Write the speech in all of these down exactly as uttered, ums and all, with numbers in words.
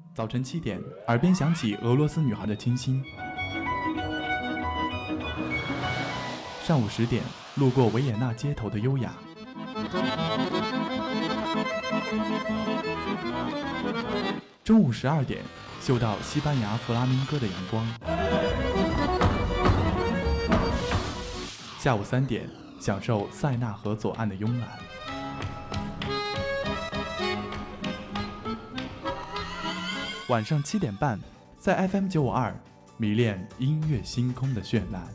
早晨七点，耳边响起俄罗斯女孩的清新。上午十点，路过维也纳街头的优雅。中午十二点，嗅到西班牙弗拉明戈的阳光。下午三点，享受塞纳河左岸的慵懒。晚上七点半，在 F M 九五二，迷恋音乐星空的绚烂。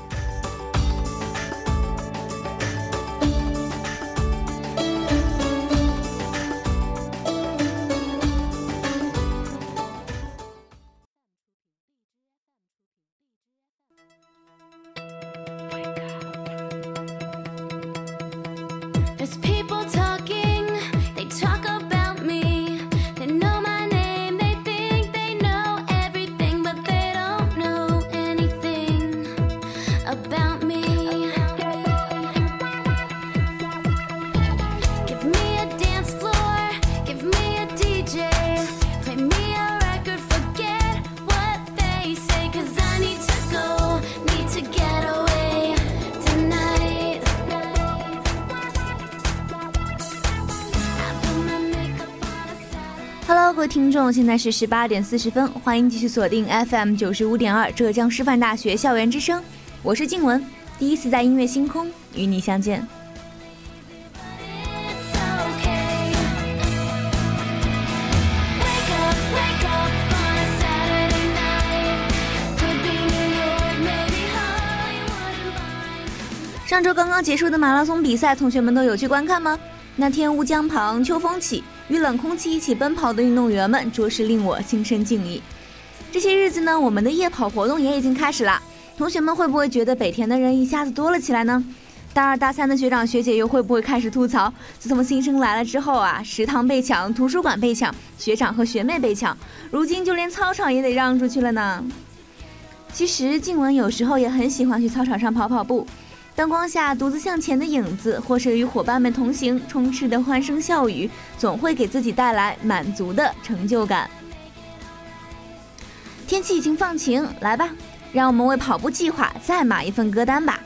Hello， 各位听众，现在是十八点四十分，欢迎继续锁定 F M 九十五点二浙江师范大学校园之声，我是静雯，第一次在音乐星空与你相见。上周刚刚结束的马拉松比赛，同学们都有去观看吗？那天乌江旁秋风起，与冷空气一起奔跑的运动员们着实令我心生敬意。这些日子呢，我们的夜跑活动也已经开始了，同学们会不会觉得北田的人一下子多了起来呢？大二大三的学长学姐又会不会开始吐槽，自从新生来了之后啊，食堂被抢，图书馆被抢，学长和学妹被抢，如今就连操场也得让出去了呢？其实静雯有时候也很喜欢去操场上跑跑步，灯光下独自向前的影子，或是与伙伴们同行，充斥的欢声笑语，总会给自己带来满足的成就感。天气已经放晴，来吧，让我们为跑步计划再码一份歌单吧。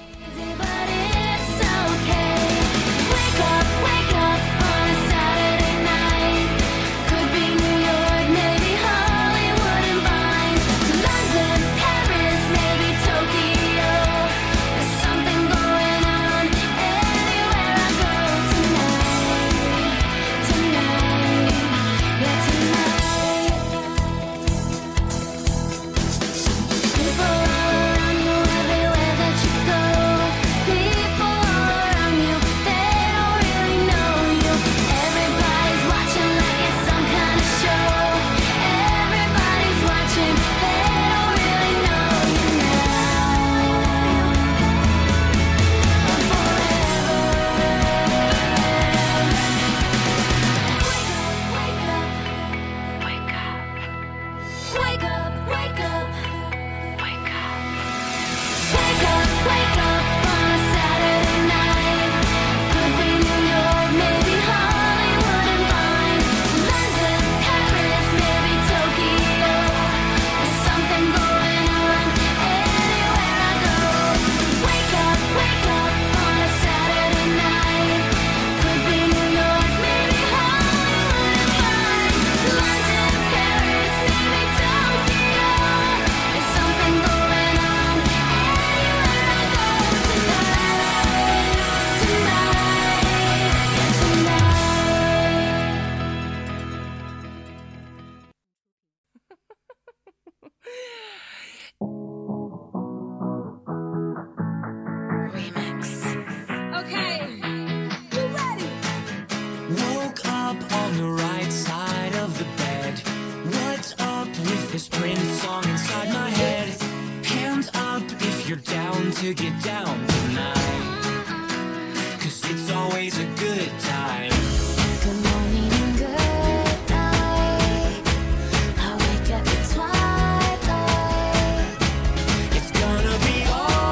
To get down tonight, 'cause it's always a good time. Good morning and good night. I wake up at twilight. It's gonna be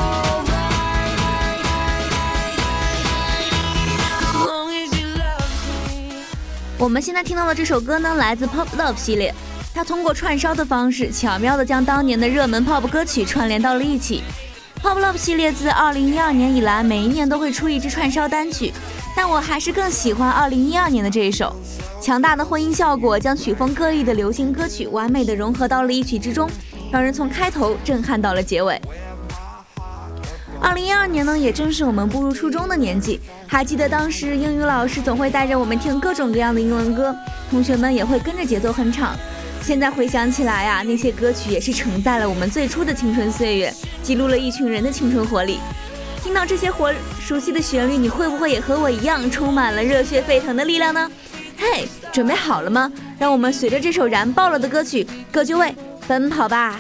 alright. As long as you love me, 我们现在听到的这首歌呢，来自 Pop Love 系列，它通过串烧的方式，巧妙地将当年的热门 Pop 歌曲串联到了一起。Pop Love 系列自二零一二年以来，每一年都会出一支串烧单曲，但我还是更喜欢二零一二年的这一首。强大的混音效果将曲风各异的流行歌曲完美地融合到了一曲之中，让人从开头震撼到了结尾。二零一二年呢，也正是我们步入初中的年纪，还记得当时英语老师总会带着我们听各种各样的英文歌，同学们也会跟着节奏哼唱。现在回想起来啊，那些歌曲也是承载了我们最初的青春岁月，记录了一群人的青春活力。听到这些活熟悉的旋律，你会不会也和我一样充满了热血沸腾的力量呢？嘿，准备好了吗？让我们随着这首燃爆了的歌曲各就位奔跑吧。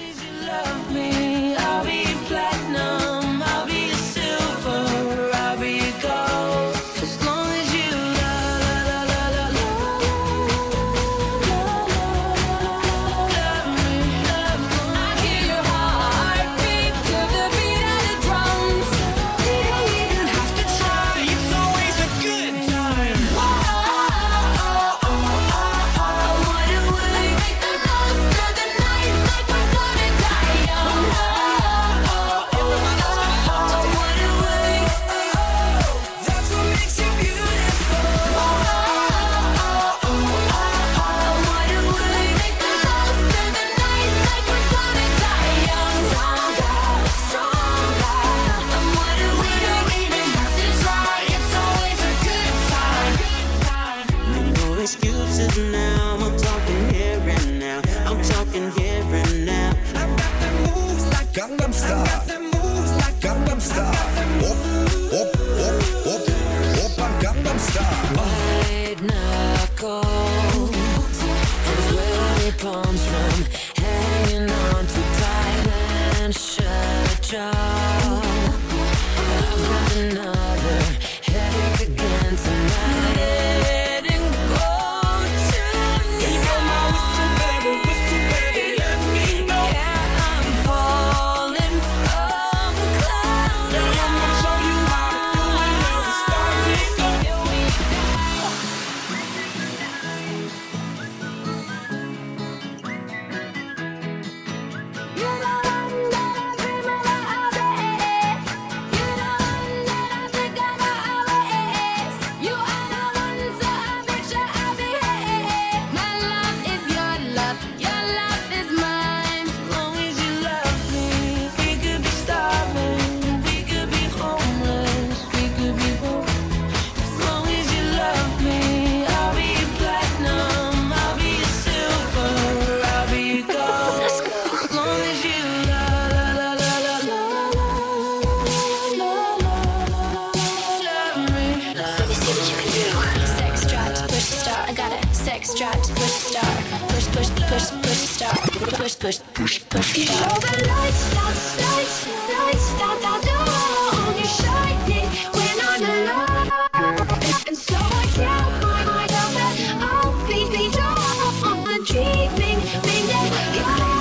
Push, push, push, push, you know the lights, lights, lights, lights, da, da, da. You're shining when I'm alone, and so I count my myself that I'll be the dawn, the dreaming thing that you're.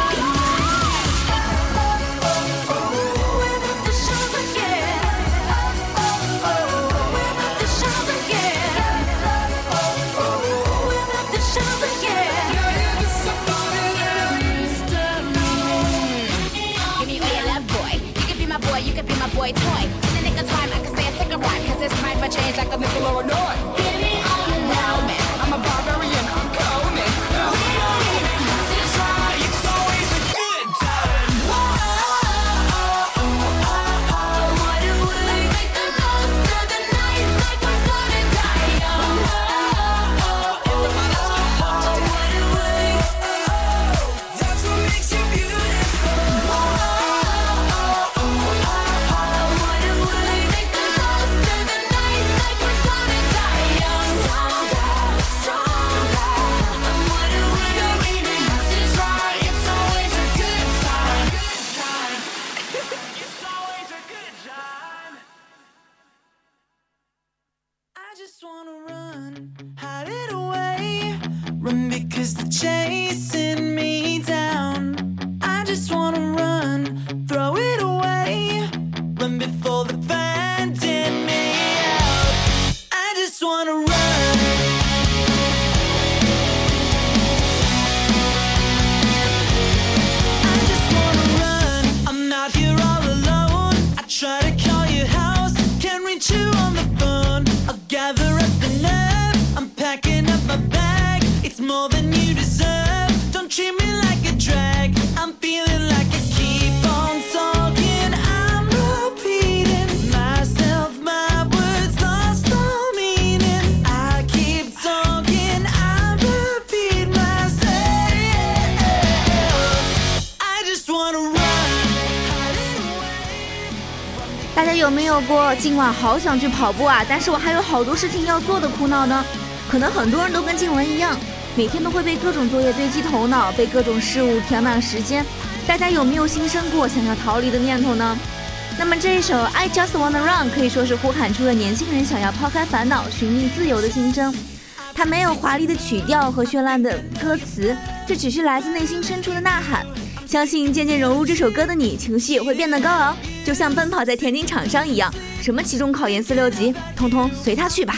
Boy toy. In the nick of time, I can say a stick of rhyme, cause it's time for change like a nickel or a dime. Give me all the now, man. I'm a barbarian, I'm Conan. We don't even have to try, it's always a good time. Oh, oh, oh, oh, oh, oh. What do we make the most of the night like we're gonna die young? Oh, oh, oh, oh, oh, what do we, oh, that's what makes you beautiful. Oh, oh, oh, oh. Run because they're chasing me down. I just wanna run, throw it away. Run before they're finding me out. I just wanna run. 没有过今晚好想去跑步啊，但是我还有好多事情要做的苦恼呢？可能很多人都跟静雯一样，每天都会被各种作业堆积头脑，被各种事物填满时间。大家有没有心生过想要逃离的念头呢？那么这一首 I Just Wanna Run 可以说是呼喊出了年轻人想要抛开烦恼寻觅自由的心声。它没有华丽的曲调和绚烂的歌词，这只是来自内心深处的呐喊。相信渐渐融入这首歌的你，情绪也会变得高昂，就像奔跑在田径场上一样，什么期中考研四六级通通随它去吧。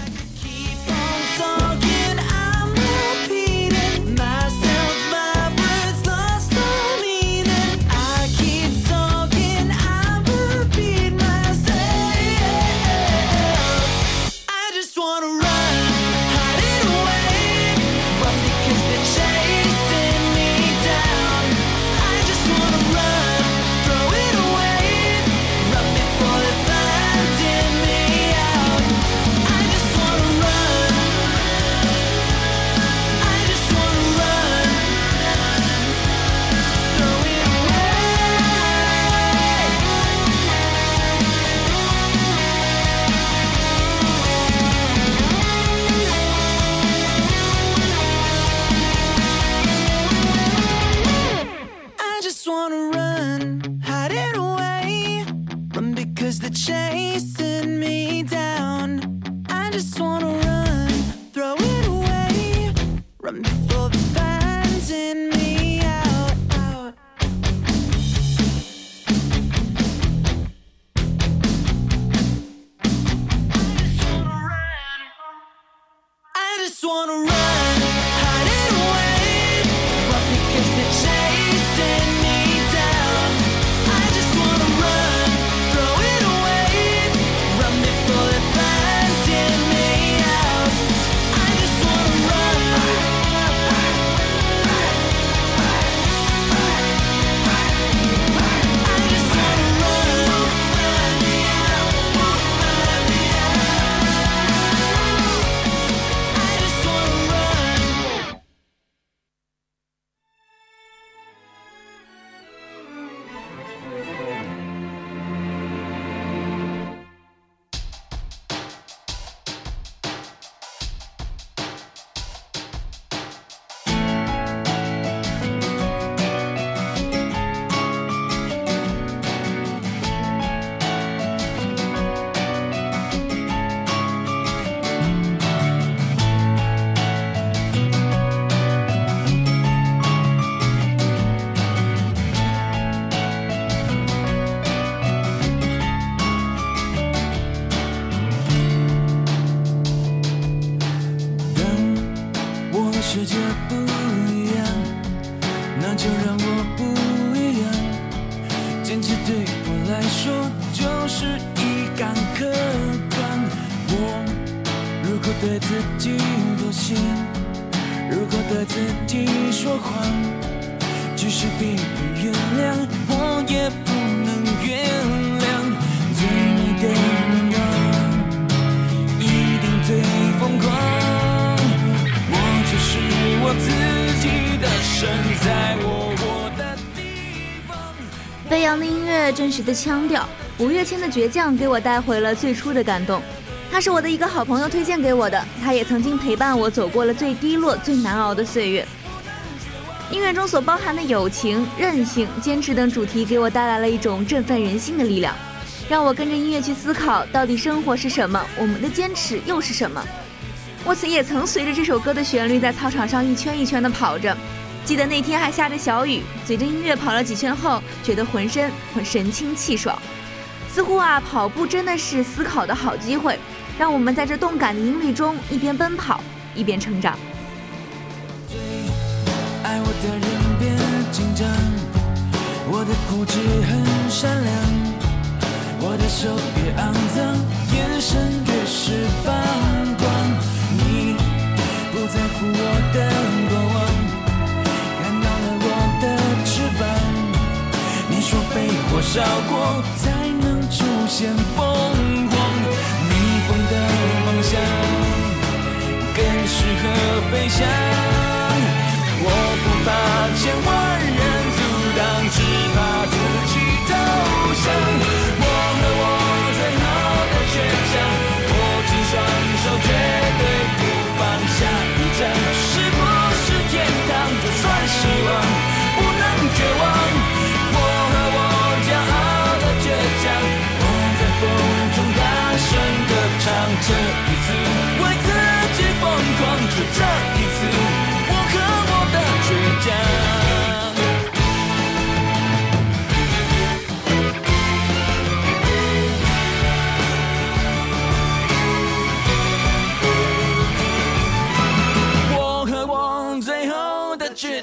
世界不一样，那就让我不一样。坚持对我来说就是一杆客观。我如果对自己妥协，如果对自己说谎，即使别人原谅，我也不能原谅。最美的愿望一定最疯狂，是我自己的神，在我活的地方。 飞扬的音乐，真实的腔调，五月天的倔强给我带回了最初的感动。他是我的一个好朋友推荐给我的，他也曾经陪伴我走过了最低落、最难熬的岁月。音乐中所包含的友情、韧性、坚持等主题，给我带来了一种振奋人心的力量，让我跟着音乐去思考，到底生活是什么，我们的坚持又是什么。我曾也曾随着这首歌的旋律在操场上一圈一圈地跑着，记得那天还下着小雨，随着音乐跑了几圈后，觉得浑身很神清气爽。似乎啊，跑步真的是思考的好机会，让我们在这动感的音律中一边奔跑一边成长。 最爱我的人别紧张，我的固执很善良，我的手越肮脏，眼神越是放光。你不在乎我的过往，看到了我的翅膀。你说被火烧过才能出现凤凰，逆风的方向更适合飞翔。我不怕千万人阻挡，只怕自己投降。我和我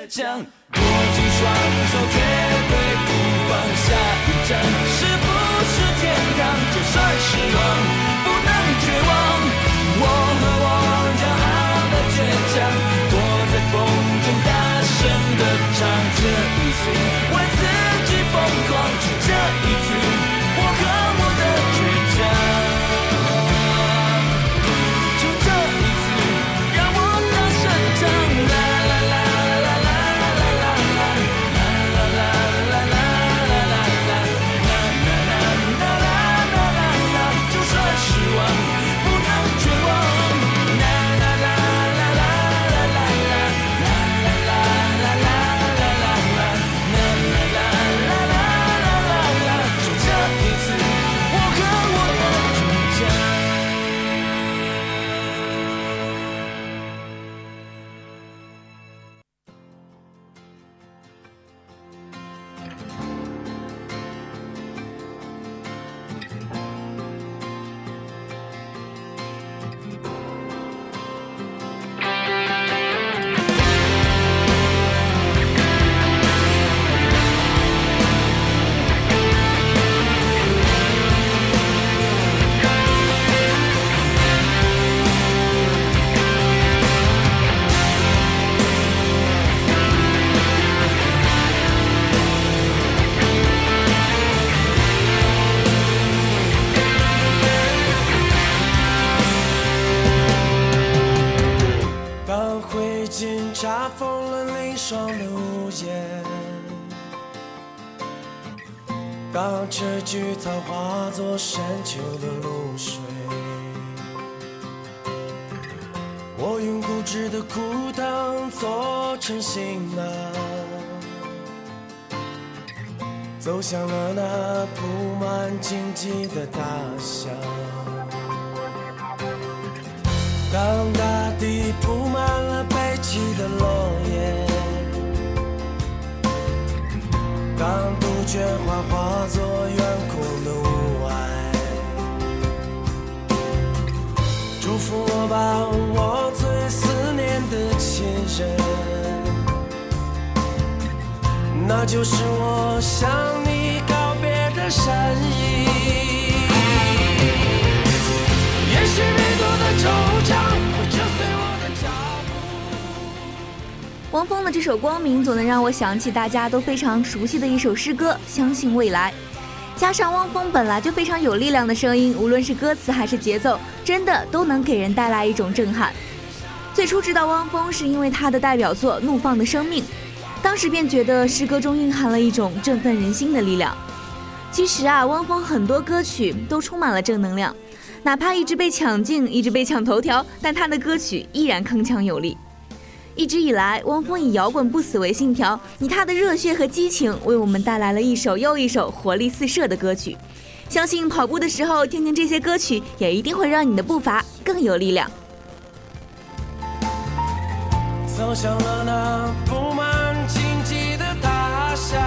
强，握紧双手绝对不放下。一站是不是天堂？就算失望，不能绝望。我和我骄傲的倔强，躲在风中大声地唱。这一次为自己疯狂，就这一次我和我的倔强。 查封了离霜的屋檐，当这菊草化作深秋的露水，我用固执的枯藤做成行囊，走向了那铺满荆棘的大象。当大地铺满了悲泣的落叶，当杜鹃花化作远空的雾霭，祝福我吧，我最思念的亲人，那就是我向你告别的身影。也许每多的惆怅会折碎我的脚步。 汪峰的这首《光明》总能让我想起大家都非常熟悉的一首诗歌《相信未来》，加上汪峰本来就非常有力量的声音，无论是歌词还是节奏，真的都能给人带来一种震撼。最初知道汪峰是因为他的代表作《怒放的生命》，当时便觉得诗歌中蕴含了一种振奋人心的力量。其实啊，汪峰很多歌曲都充满了正能量，哪怕一直被抢镜，一直被抢头条，但他的歌曲依然铿锵有力。一直以来，汪峰以摇滚不死为信条，以他的热血和激情为我们带来了一首又一首活力四射的歌曲。相信跑步的时候听听这些歌曲，也一定会让你的步伐更有力量。 走向了那布满荆棘的大厦，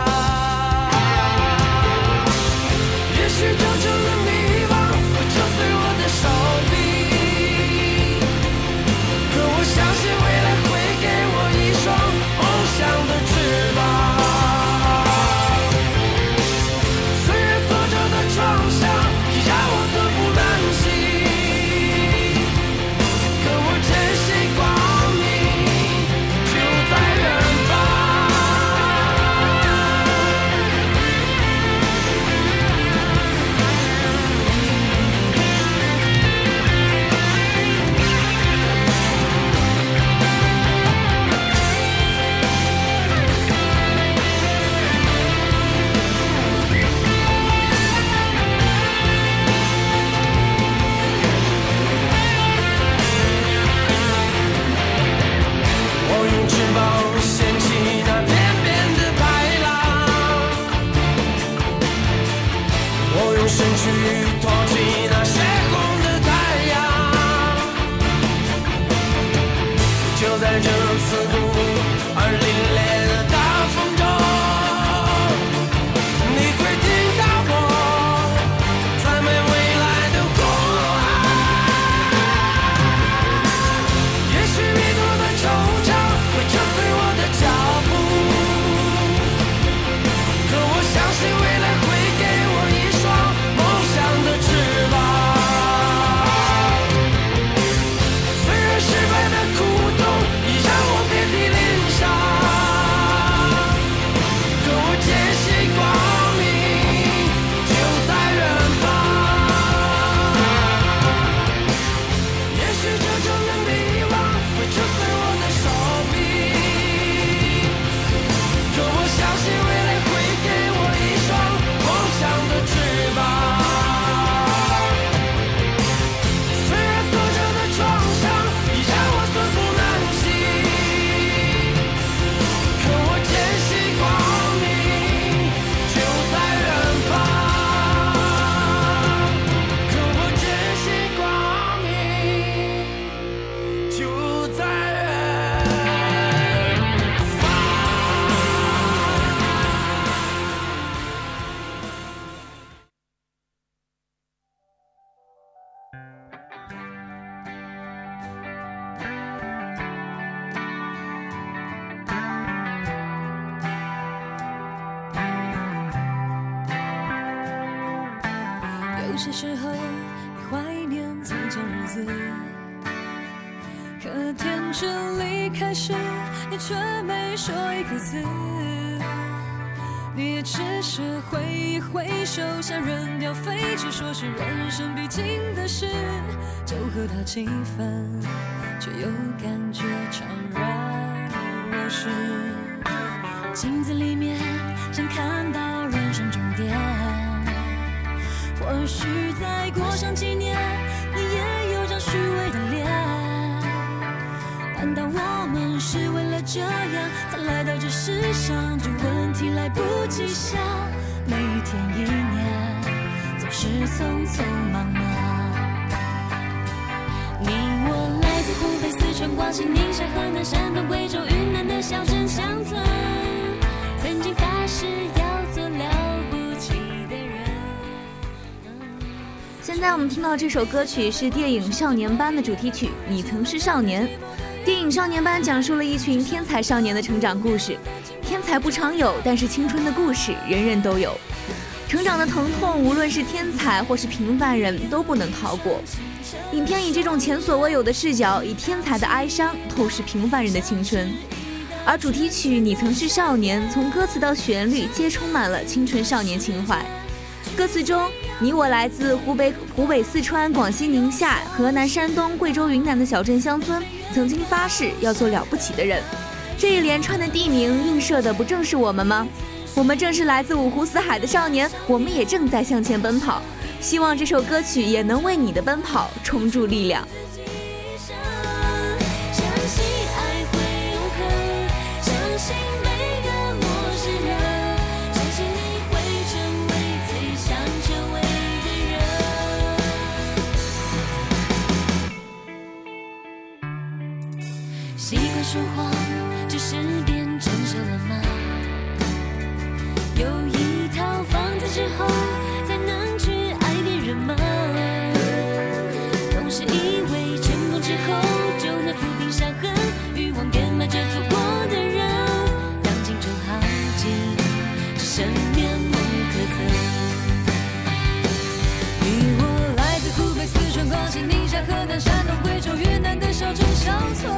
也许就这了迷惘会折碎我的手臂，可我相信未来会给我一双梦想的翅膀。虽然所着的创伤也让我寸步难行，可我珍惜光明就在远方。我用翅膀掀起那天边的排浪，我用身躯托起那血红的太阳。就在这刺骨而凛冽的大风中，你会听到我赞美未来的呼喊。也许迷途的惆怅会折碎我的脚步， 些时候你怀念从前日子，可天真离开时，你却没说一个字。你也只是挥一挥手，像扔掉废纸，说是人生必经的事，就和他气愤，却又感觉怅然若失。镜子里面想看到人生终点，或许再过上几年，你也有张虚伪的脸。难道我们是为了这样才来到这世上？这问题来不及想，每一天一年总是匆匆忙忙。你我来自湖北、四川、广西、宁夏、河南、山东、贵州、云南的小镇乡村，曾经发誓要做了不起的人。 现在我们听到这首歌曲是电影《少年班》的主题曲《你曾是少年》。电影《少年班》讲述了一群天才少年的成长故事。天才不常有，但是青春的故事人人都有。成长的疼痛，无论是天才或是平凡人都不能逃过。影片以这种前所未有的视角，以天才的哀伤透视平凡人的青春。而主题曲《你曾是少年》，从歌词到旋律皆充满了青春少年情怀。歌词中，你我来自湖北、湖北、四川、广西、宁夏、河南、山东、贵州、云南的小镇乡村，曾经发誓要做了不起的人。这一连串的地名映射的不正是我们吗？我们正是来自五湖四海的少年，我们也正在向前奔跑。希望这首歌曲也能为你的奔跑充注力量。 习惯说谎，只是变成熟了吗？有一套房子之后，才能去爱别人吗？总是以为成功之后就能抚平伤痕，欲望填满着错过的人，当青春耗尽，只剩面目可憎。你我来自湖北、四川、广西、宁夏、河南、山东、贵州、云南的小镇乡村。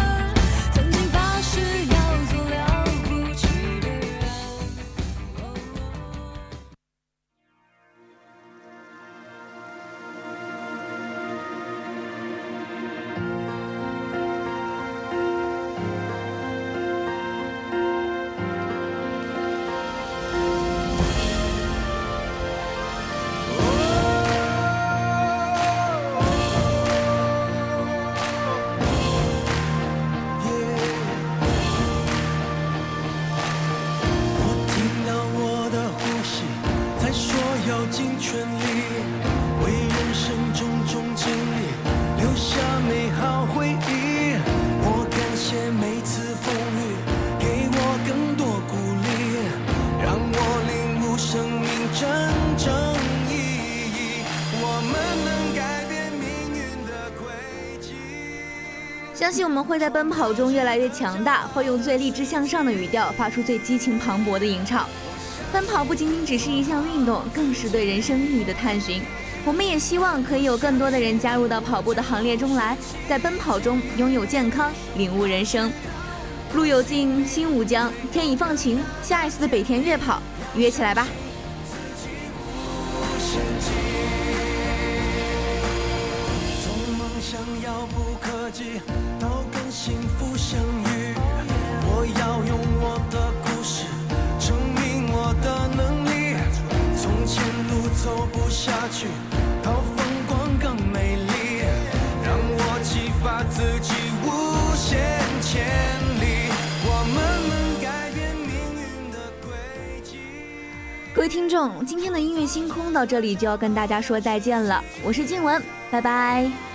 相信我们会在奔跑中越来越强大，会用最励志向上的语调发出最激情磅礴的吟唱。奔跑不仅仅只是一项运动，更是对人生意义的探寻。我们也希望可以有更多的人加入到跑步的行列中来，在奔跑中拥有健康，领悟人生。路有尽，心无疆，天已放晴，下一次的北田月跑，约起来吧。 从梦想遥不可及到跟幸福相遇，我要用我的故事证明我的能力。从前路走不下去，到风光更美丽，让我激发自己无限潜力。我们能改变命运的轨迹。 各位听众，今天的音乐星空到这里就要跟大家说再见了，我是静雯，拜拜。